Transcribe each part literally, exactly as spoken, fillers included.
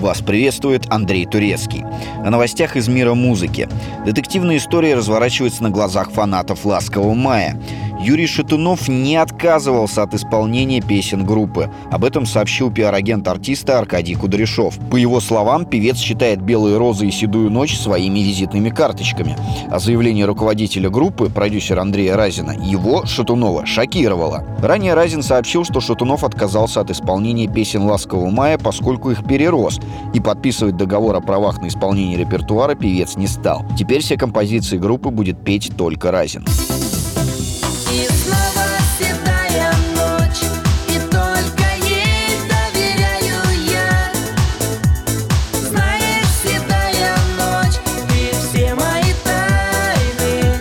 Вас приветствует Андрей Турецкий. О новостях из мира музыки. Детективная история разворачивается на глазах фанатов «Ласкового мая». Юрий Шатунов не отказывался от исполнения песен группы. Об этом сообщил пиар-агент артиста Аркадий Кудряшов. По его словам, певец считает «Белые розы» и «Седую ночь» своими визитными карточками. А заявление руководителя группы, продюсера Андрея Разина, его, Шатунова, шокировало. Ранее Разин сообщил, что Шатунов отказался от исполнения песен «Ласкового мая», поскольку их перерос, и подписывать договор о правах на исполнение репертуара певец не стал. Теперь все композиции группы будет петь только Разин. И снова седая ночь, и только ей доверяю я. Знаешь, седая ночь, ты все мои тайны.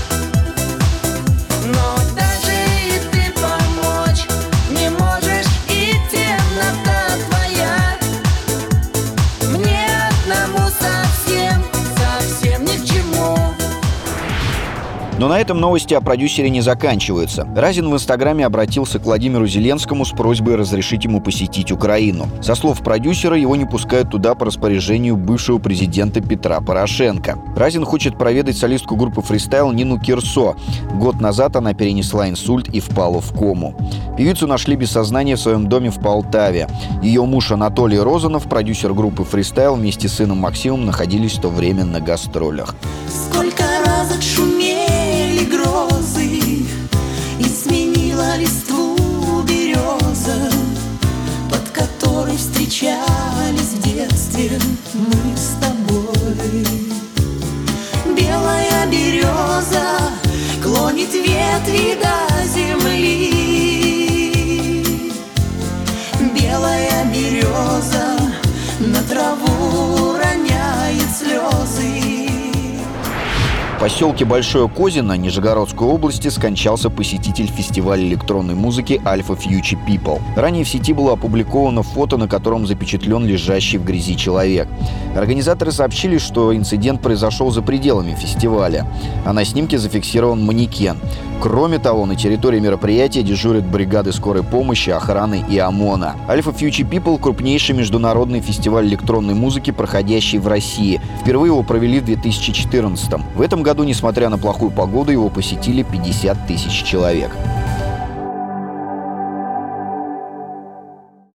Но даже и ты помочь не можешь, и темнота твоя мне одному совсем, совсем ни к чему. Но на этом новости о продюсере не заканчиваются. Разин в Инстаграме обратился к Владимиру Зеленскому с просьбой разрешить ему посетить Украину. Со слов продюсера, его не пускают туда по распоряжению бывшего президента Петра Порошенко. Разин хочет проведать солистку группы «Фристайл» Нину Кирсо. Год назад она перенесла инсульт и впала в кому. Певицу нашли без сознания в своем доме в Полтаве. Ее муж Анатолий Розанов, продюсер группы «Фристайл», вместе с сыном Максимом находились в то время на гастролях. Сколько раз отшумели грозы, и сменила листву береза, под которой встречались в детстве мы с тобой. Белая береза клонит ветви до земли. Белая береза на траву роняет слезы. В поселке Большое Козино Нижегородской области скончался посетитель фестиваля электронной музыки Alpha Future People. Ранее в сети было опубликовано фото, на котором запечатлен лежащий в грязи человек. Организаторы сообщили, что инцидент произошел за пределами фестиваля, а на снимке зафиксирован манекен. Кроме того, на территории мероприятия дежурят бригады скорой помощи, охраны и ОМОНа. Alpha Future People — крупнейший международный фестиваль электронной музыки, проходящий в России. Впервые его провели в две тысячи четырнадцатом. В этом году, несмотря на плохую погоду, его посетили пятьдесят тысяч человек.